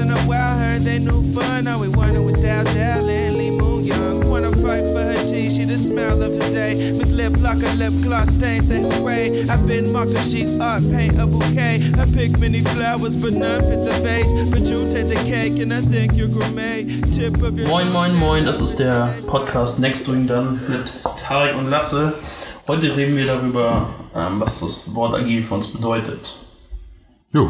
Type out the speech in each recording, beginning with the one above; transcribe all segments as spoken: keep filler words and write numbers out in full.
in a while, heard they new fun. All we wanted was Dow Dow, Lee Moon Young. Wanna fight for her cheese, she the smell of today. Miss Lip Locker, lip gloss stain, say hooray. I've been marked if she's art, paint a bouquet. I pick many flowers, but none fit the vase. But you take the cake and I think you're gourmet. Tip of your Moin, moin, moin, das ist der Podcast Next Doing Done mit Tarek und Lasse. Heute reden wir darüber, ähm, was das Wort agil für uns bedeutet. Jo.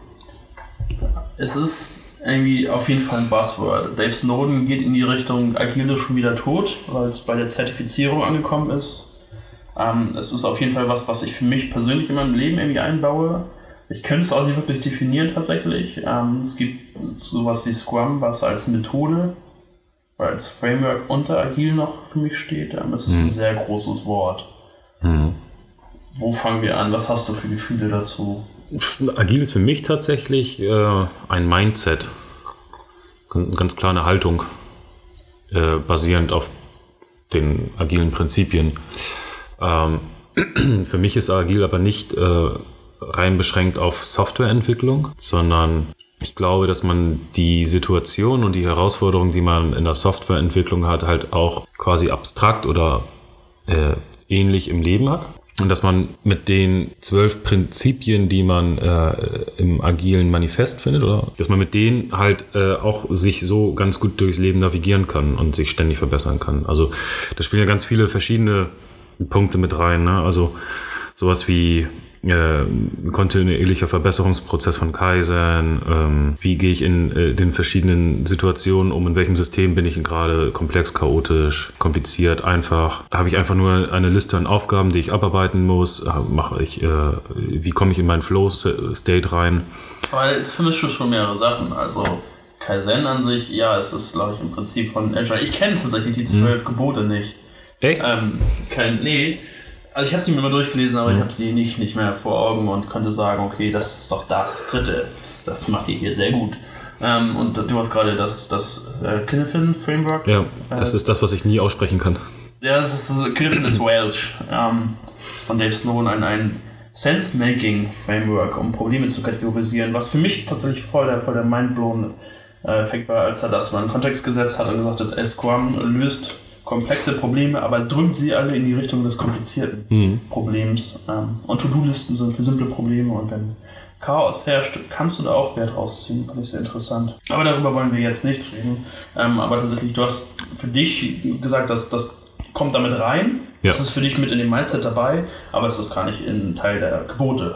Es ist irgendwie auf jeden Fall ein Buzzword. Dave Snowden geht in die Richtung, agil ist schon wieder tot, weil es bei der Zertifizierung angekommen ist. Ähm, es ist auf jeden Fall was, was ich für mich persönlich in meinem Leben irgendwie einbaue. Ich könnte es auch nicht wirklich definieren tatsächlich. Ähm, es gibt sowas wie Scrum, was als Methode, als Framework unter agil noch für mich steht. Ähm, es ist mhm. ein sehr großes Wort. Mhm. Wo fangen wir an? Was hast du für Gefühle dazu? Agil ist für mich tatsächlich äh, ein Mindset, ganz klar eine Haltung, äh, basierend auf den agilen Prinzipien. Ähm, für mich ist agil aber nicht äh, rein beschränkt auf Softwareentwicklung, sondern ich glaube, dass man die Situation und die Herausforderungen, die man in der Softwareentwicklung hat, halt auch quasi abstrakt oder äh, ähnlich im Leben hat. Und dass man mit den zwölf Prinzipien, die man äh, im agilen Manifest findet, oder dass man mit denen halt äh, auch sich so ganz gut durchs Leben navigieren kann und sich ständig verbessern kann. Also da spielen ja ganz viele verschiedene Punkte mit rein, ne? Also sowas wie äh, ein kontinuierlicher Verbesserungsprozess von Kaizen, ähm, wie gehe ich in äh, den verschiedenen Situationen um, in welchem System bin ich gerade, komplex, chaotisch, kompliziert, einfach. Habe ich einfach nur eine Liste an Aufgaben, die ich abarbeiten muss, mache ich, äh, wie komme ich in meinen Flow-State rein? Aber jetzt vermischst du schon mehrere Sachen, also Kaizen an sich, ja, es ist, glaube ich, im Prinzip von Azure. Ich kenne tatsächlich die zwölf hm. Gebote nicht. Echt? Ähm, kein, nee. Also ich habe sie mir mal durchgelesen, aber mhm. ich habe sie nicht, nicht mehr vor Augen und könnte sagen, okay, das ist doch das Dritte. Das macht ihr hier sehr gut. Ähm, und du hast gerade das, das äh, Cynefin-Framework. Ja, das äh, ist das, was ich nie aussprechen kann. Ja, das ist, das, Cynefin ist Welsh. Ähm, von Dave Snowden ein, ein Sense-Making-Framework, um Probleme zu kategorisieren, was für mich tatsächlich voll der, voll der Mind-blown-Effekt war, als er das mal in Kontext gesetzt hat und gesagt hat, Scrum löst komplexe Probleme, aber drückt sie alle in die Richtung des komplizierten mhm. Problems. Ähm, und To-Do-Listen sind für simple Probleme und wenn Chaos herrscht, kannst du da auch Wert rausziehen. Fand ich sehr interessant. Aber darüber wollen wir jetzt nicht reden. Ähm, aber tatsächlich, du hast für dich gesagt, dass das kommt damit rein. Ja. Das ist für dich mit in dem Mindset dabei, aber es ist gar nicht ein Teil der Gebote.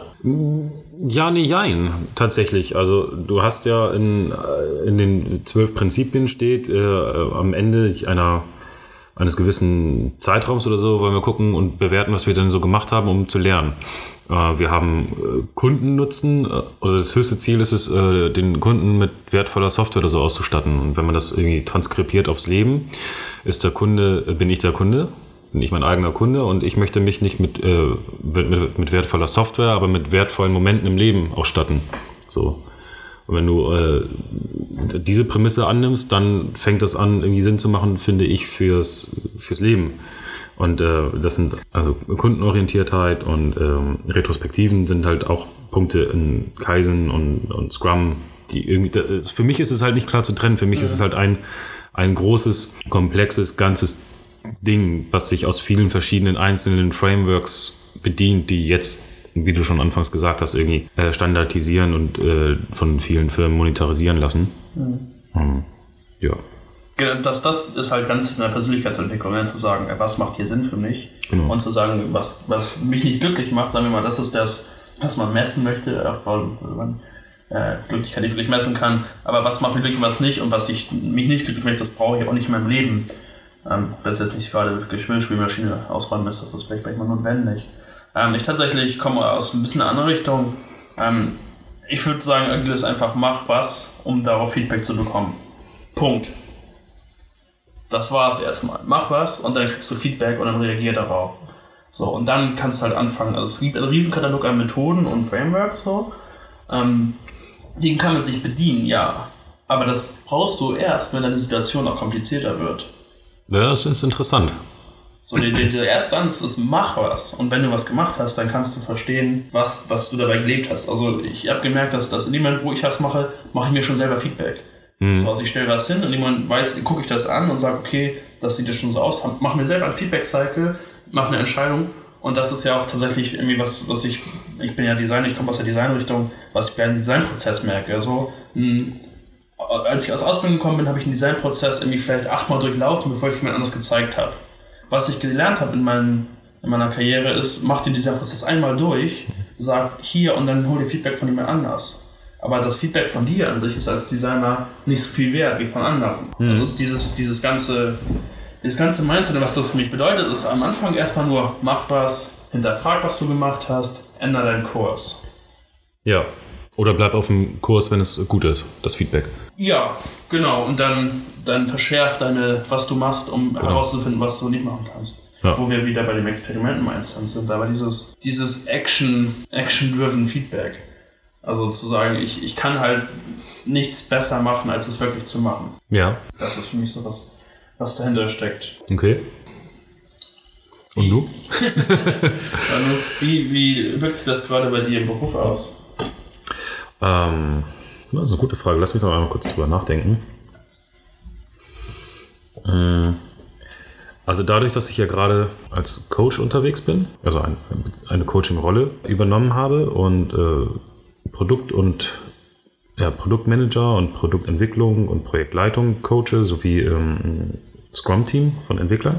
Ja, nee, jein, tatsächlich. Also du hast ja in, in den zwölf Prinzipien steht äh, am Ende einer eines gewissen Zeitraums oder so, wollen wir gucken und bewerten, was wir denn so gemacht haben, um zu lernen. Äh, wir haben äh, Kundennutzen, also das höchste Ziel ist es, äh, den Kunden mit wertvoller Software oder so auszustatten. Und wenn man das irgendwie transkribiert aufs Leben, ist der Kunde, bin ich der Kunde, bin ich mein eigener Kunde und ich möchte mich nicht mit, äh, mit, mit wertvoller Software, aber mit wertvollen Momenten im Leben ausstatten. So. Und wenn du äh, diese Prämisse annimmst, dann fängt das an, irgendwie Sinn zu machen, finde ich, fürs, fürs Leben. Und äh, das sind also Kundenorientiertheit und ähm, Retrospektiven sind halt auch Punkte in Kaizen und, und Scrum, die irgendwie, das, für mich ist es halt nicht klar zu trennen. Für mich ja. ist es halt ein, ein großes, komplexes, ganzes Ding, was sich aus vielen verschiedenen einzelnen Frameworks bedient, die jetzt, wie du schon anfangs gesagt hast, irgendwie äh, standardisieren und äh, von vielen Firmen monetarisieren lassen. Mhm. Mhm. Ja. Das, das ist halt ganz in der Persönlichkeitsentwicklung, ne? Zu sagen, was macht hier Sinn für mich? Genau. Und zu sagen, was, was mich nicht glücklich macht, sagen wir mal, das ist das, was man messen möchte, auch weil man äh, Glücklichkeit nicht wirklich messen kann, aber was macht mich glücklich, was nicht und was ich mich nicht glücklich macht, das brauche ich auch nicht in meinem Leben. Ähm, wenn es jetzt nicht gerade Geschirrspülmaschine ausräumen ist, das ist vielleicht manchmal notwendig. Ähm, ich tatsächlich komme aus ein bisschen einer anderen Richtung. Ähm, ich würde sagen, agil ist einfach, mach was, um darauf Feedback zu bekommen. Punkt. Das war's erstmal. Mach was und dann kriegst du Feedback und dann reagier darauf. So, und dann kannst du halt anfangen. Also es gibt einen riesen Katalog an Methoden und Frameworks, so. Ähm, den kann man sich bedienen, ja. Aber das brauchst du erst, wenn deine Situation auch komplizierter wird. Ja, das ist interessant. So, der, der erste Ansatz ist, mach was. Und wenn du was gemacht hast, dann kannst du verstehen, was, was du dabei gelebt hast. Also ich habe gemerkt, dass, dass in dem Moment, wo ich was mache, mache ich mir schon selber Feedback. Mhm. So, also ich stelle was hin und jemand weiß, gucke ich das an und sage, okay, das sieht ja schon so aus. Mach mir selber einen Feedback-Cycle, mach eine Entscheidung. Und das ist ja auch tatsächlich irgendwie was, was ich, ich bin ja Designer, ich komme aus der Designrichtung, was ich bei einem Designprozess merke. Also, mh, als ich aus Ausbildung gekommen bin, habe ich einen Designprozess irgendwie vielleicht achtmal durchlaufen, bevor ich es jemand anders gezeigt habe. Was ich gelernt habe in, meinen, in meiner Karriere ist, mach den Designprozess einmal durch, sag hier und dann hol dir Feedback von jemand anders. Aber das Feedback von dir an sich ist als Designer nicht so viel wert wie von anderen. Mhm. Also ist dieses, dieses ganze, dieses ganze Mindset, was das für mich bedeutet, ist am Anfang erstmal nur, mach was, hinterfrag, was du gemacht hast, ändere deinen Kurs. Ja, oder bleib auf dem Kurs, wenn es gut ist, das Feedback. Ja, genau. Und dann, dann verschärf deine, was du machst, um genau. herauszufinden, was du nicht machen kannst. Ja. Wo wir wieder bei dem Experimenten-Mindset sind. Aber dieses, dieses Action, Action-driven Feedback. Also zu sagen, ich, ich kann halt nichts besser machen, als es wirklich zu machen. Ja. Das ist für mich so was, was dahinter steckt. Okay. Und du? Also, wie, wie wirkt sich das gerade bei dir im Beruf aus? Ähm... Das ist eine gute Frage. Lass mich noch einmal kurz drüber nachdenken. Also dadurch, dass ich ja gerade als Coach unterwegs bin, also ein, eine Coaching-Rolle übernommen habe und äh, Produkt- und ja, Produktmanager und Produktentwicklung und Projektleitung coache, sowie ähm, Scrum-Team von Entwicklern,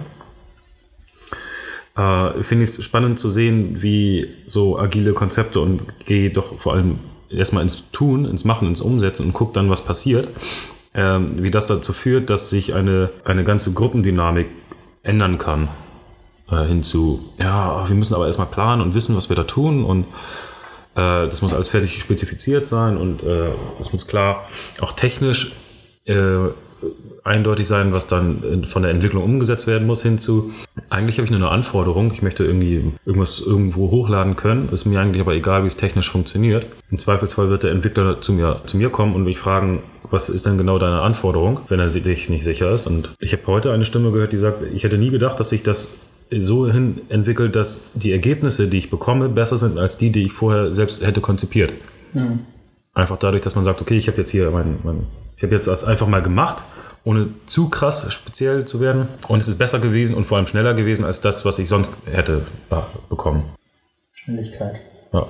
äh, finde ich es spannend zu sehen, wie so agile Konzepte und gehe doch vor allem erstmal ins Tun, ins Machen, ins Umsetzen und guck dann, was passiert, ähm, wie das dazu führt, dass sich eine, eine ganze Gruppendynamik ändern kann. Äh, hinzu, ja, wir müssen aber erstmal planen und wissen, was wir da tun und äh, das muss alles fertig spezifiziert sein und äh, es muss klar auch technisch äh, eindeutig sein, was dann von der Entwicklung umgesetzt werden muss, hinzu. Eigentlich habe ich nur eine Anforderung. Ich möchte irgendwie irgendwas irgendwo hochladen können. Ist mir eigentlich aber egal, wie es technisch funktioniert. Im Zweifelsfall wird der Entwickler zu mir, zu mir kommen und mich fragen, was ist denn genau deine Anforderung, wenn er sich nicht sicher ist. Und ich habe heute eine Stimme gehört, die sagt, ich hätte nie gedacht, dass sich das so hin entwickelt, dass die Ergebnisse, die ich bekomme, besser sind als die, die ich vorher selbst hätte konzipiert. Mhm. Einfach dadurch, dass man sagt, okay, ich habe jetzt hier mein, mein ich habe jetzt das einfach mal gemacht, ohne zu krass speziell zu werden. Und es ist besser gewesen und vor allem schneller gewesen als das, was ich sonst hätte bekommen. Schnelligkeit. Ja.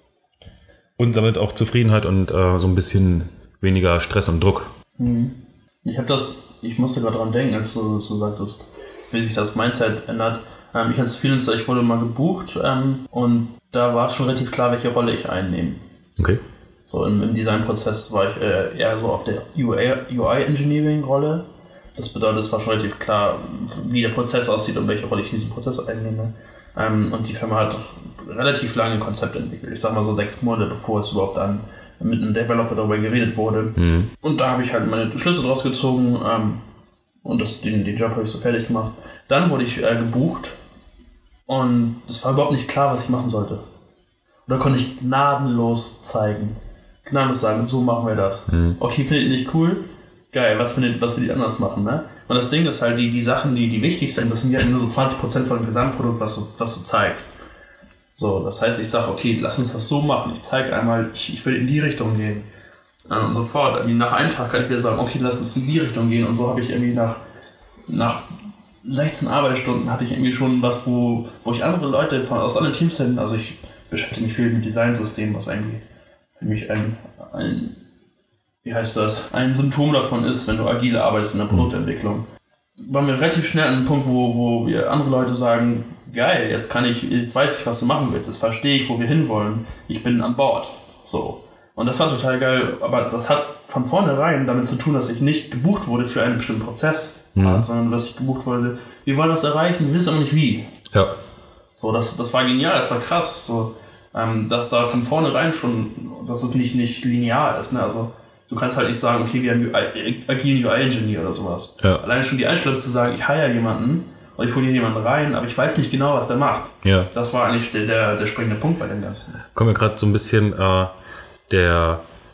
Und damit auch Zufriedenheit und äh, so ein bisschen weniger Stress und Druck. Mhm. Ich habe das, ich musste gerade dran denken, als du so sagtest, wie sich das Mindset ändert. Ähm, ich als Freelancer, ich wurde mal gebucht ähm, und da war schon relativ klar, welche Rolle ich einnehme. Okay. So im, im Designprozess war ich äh, eher so auf der U I-Engineering-Rolle. Das bedeutet, es war schon relativ klar, wie der Prozess aussieht und welche Rolle ich in diesem Prozess einnehme. Ähm, und die Firma hat relativ lange Konzepte entwickelt. Ich sag mal so sechs Monate, bevor es überhaupt an, mit einem Developer darüber geredet wurde. Mhm. Und da habe ich halt meine Schlüsse draus gezogen ähm, und das, den, den Job habe ich so fertig gemacht. Dann wurde ich äh, gebucht und es war überhaupt nicht klar, was ich machen sollte. Und da konnte ich gnadenlos zeigen. Gnadenlos sagen, so machen wir das. Mhm. Okay, findet ihr nicht cool? Geil, was findet, was will die anders machen, ne? Und das Ding ist halt, die, die Sachen, die, die wichtig sind, das sind ja nur so zwanzig Prozent von dem Gesamtprodukt, was du, was du zeigst. So, das heißt, ich sage, okay, lass uns das so machen. Ich zeige einmal, ich, ich will in die Richtung gehen. Und sofort, nach einem Tag kann ich wieder sagen, okay, lass uns in die Richtung gehen. Und so habe ich irgendwie nach, nach sechzehn Arbeitsstunden hatte ich irgendwie schon was, wo, wo ich andere Leute von, aus anderen Teams hin, also ich beschäftige mich viel mit Designsystemen, was eigentlich für mich ein, ein, wie heißt das, ein Symptom davon ist, wenn du agil arbeitest in der Produktentwicklung. Waren wir relativ schnell an einem Punkt, wo, wo wir andere Leute sagen, geil, jetzt kann ich, jetzt weiß ich, was du machen willst, jetzt verstehe ich, wo wir hinwollen, ich bin an Bord. So. Und das war total geil, aber das hat von vornherein damit zu tun, dass ich nicht gebucht wurde für einen bestimmten Prozess, mhm. sondern dass ich gebucht wurde, wir wollen was erreichen, wir wissen aber nicht wie. Ja. So, das, das war genial, das war krass, so, ähm, dass da von vornherein schon, dass es nicht, nicht linear ist, ne? Also du kannst halt nicht sagen, okay, wir haben agilen U I-Engineer oder sowas. Ja. Allein schon die Einstellung zu sagen, ich hire jemanden und ich hole hier jemanden rein, aber ich weiß nicht genau, was der macht. Ja. Das war eigentlich der, der, der springende Punkt bei dem Ganzen. Kommen wir gerade so ein bisschen äh, der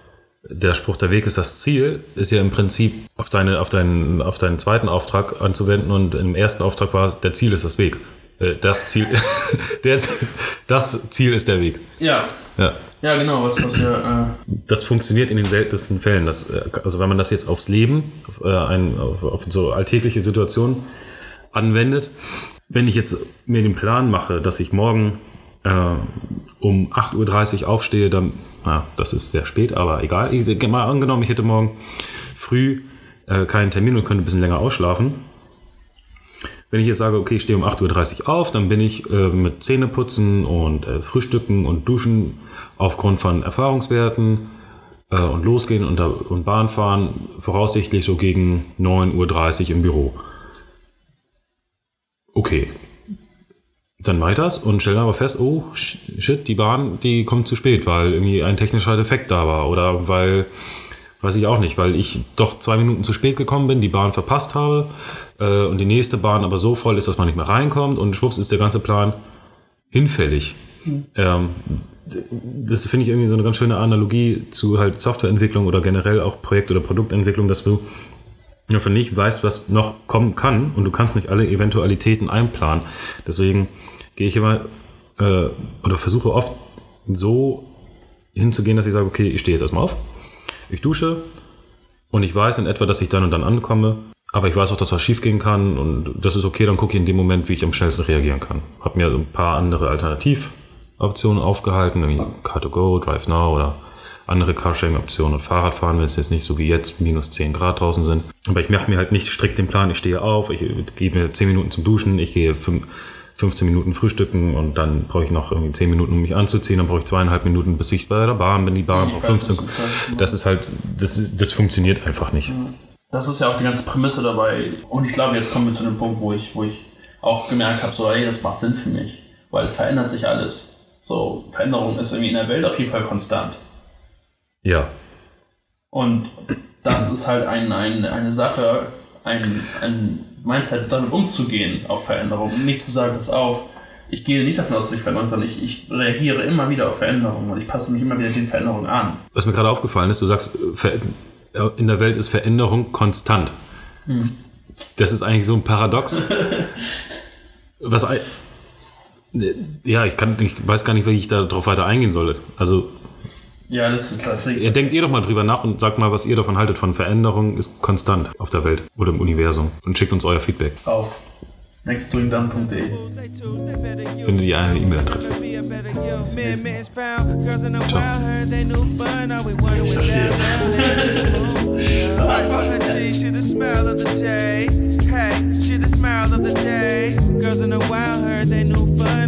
der Spruch, der Weg ist das Ziel, ist ja im Prinzip auf, deine, auf, deinen, auf deinen zweiten Auftrag anzuwenden und im ersten Auftrag war es, der Ziel ist das Weg. Das Ziel, der, das Ziel ist der Weg. Ja. Ja, ja genau. Was, was ja, äh das funktioniert in den seltensten Fällen. Das, also wenn man das jetzt aufs Leben, auf, äh, ein, auf, auf so alltägliche Situationen anwendet, wenn ich jetzt mir den Plan mache, dass ich morgen äh, um acht Uhr dreißig aufstehe, dann, na, das ist sehr spät, aber egal. Ich, mal angenommen, ich hätte morgen früh äh, keinen Termin und könnte ein bisschen länger ausschlafen. Wenn ich jetzt sage, okay, ich stehe um acht Uhr dreißig auf, dann bin ich äh, mit Zähneputzen und äh, Frühstücken und Duschen aufgrund von Erfahrungswerten äh, und losgehen und, und Bahn fahren voraussichtlich so gegen neun Uhr dreißig im Büro. Okay. Dann mache ich das und stelle aber fest, oh shit, die Bahn, die kommt zu spät, weil irgendwie ein technischer Defekt da war oder weil, weiß ich auch nicht, weil ich doch zwei Minuten zu spät gekommen bin, die Bahn verpasst habe äh, und die nächste Bahn aber so voll ist, dass man nicht mehr reinkommt und schwupps ist der ganze Plan hinfällig. Mhm. Ähm, das finde ich irgendwie so eine ganz schöne Analogie zu halt Softwareentwicklung oder generell auch Projekt- oder Produktentwicklung, dass du einfach nicht weißt, was noch kommen kann und du kannst nicht alle Eventualitäten einplanen. Deswegen gehe ich immer äh, oder versuche oft so hinzugehen, dass ich sage, okay, ich stehe jetzt erstmal auf, ich dusche und ich weiß in etwa, dass ich dann und dann ankomme, aber ich weiß auch, dass was schief gehen kann und das ist okay, dann gucke ich in dem Moment, wie ich am schnellsten reagieren kann. Habe mir ein paar andere Alternativoptionen aufgehalten, wie Car to Go, Drive Now oder andere Carsharing-Optionen und Fahrradfahren, wenn es jetzt nicht so wie jetzt minus zehn Grad draußen sind. Aber ich mache mir halt nicht strikt den Plan, ich stehe auf, ich gebe mir zehn Minuten zum Duschen, ich gehe fünfzehn Minuten frühstücken und dann brauche ich noch irgendwie zehn Minuten, um mich anzuziehen, dann brauche ich zweieinhalb Minuten, bis ich bei der Bahn bin, die Bahn braucht fünfzehn. Das ist halt, das, ist, das funktioniert einfach nicht. Das ist ja auch die ganze Prämisse dabei. Und ich glaube, jetzt kommen wir zu dem Punkt, wo ich, wo ich auch gemerkt habe, so, ey, das macht Sinn für mich, weil es verändert sich alles. So, Veränderung ist irgendwie in der Welt auf jeden Fall konstant. Ja. Und das ist halt ein, ein, eine Sache, ein, ein Mindset, damit umzugehen auf Veränderung und nicht zu sagen, pass auf, ich gehe nicht davon aus, dass sich verändert, sondern ich, ich reagiere immer wieder auf Veränderungen und ich passe mich immer wieder den Veränderungen an. Was mir gerade aufgefallen ist, du sagst, in der Welt ist Veränderung konstant. Hm. Das ist eigentlich so ein Paradox. Was, ja, ich, kann, ich weiß gar nicht, wie ich darauf weiter eingehen soll. Also ja, das ist tatsächlich. Ihr denkt ihr doch mal drüber nach und sagt mal, was ihr davon haltet von Veränderung ist konstant auf der Welt oder im Universum und schickt uns euer Feedback. Auf nextdoingdone punkt de findet ihr eine E-Mail-Adresse.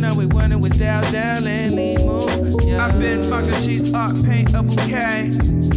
I've been fucking cheese up, paint a bouquet.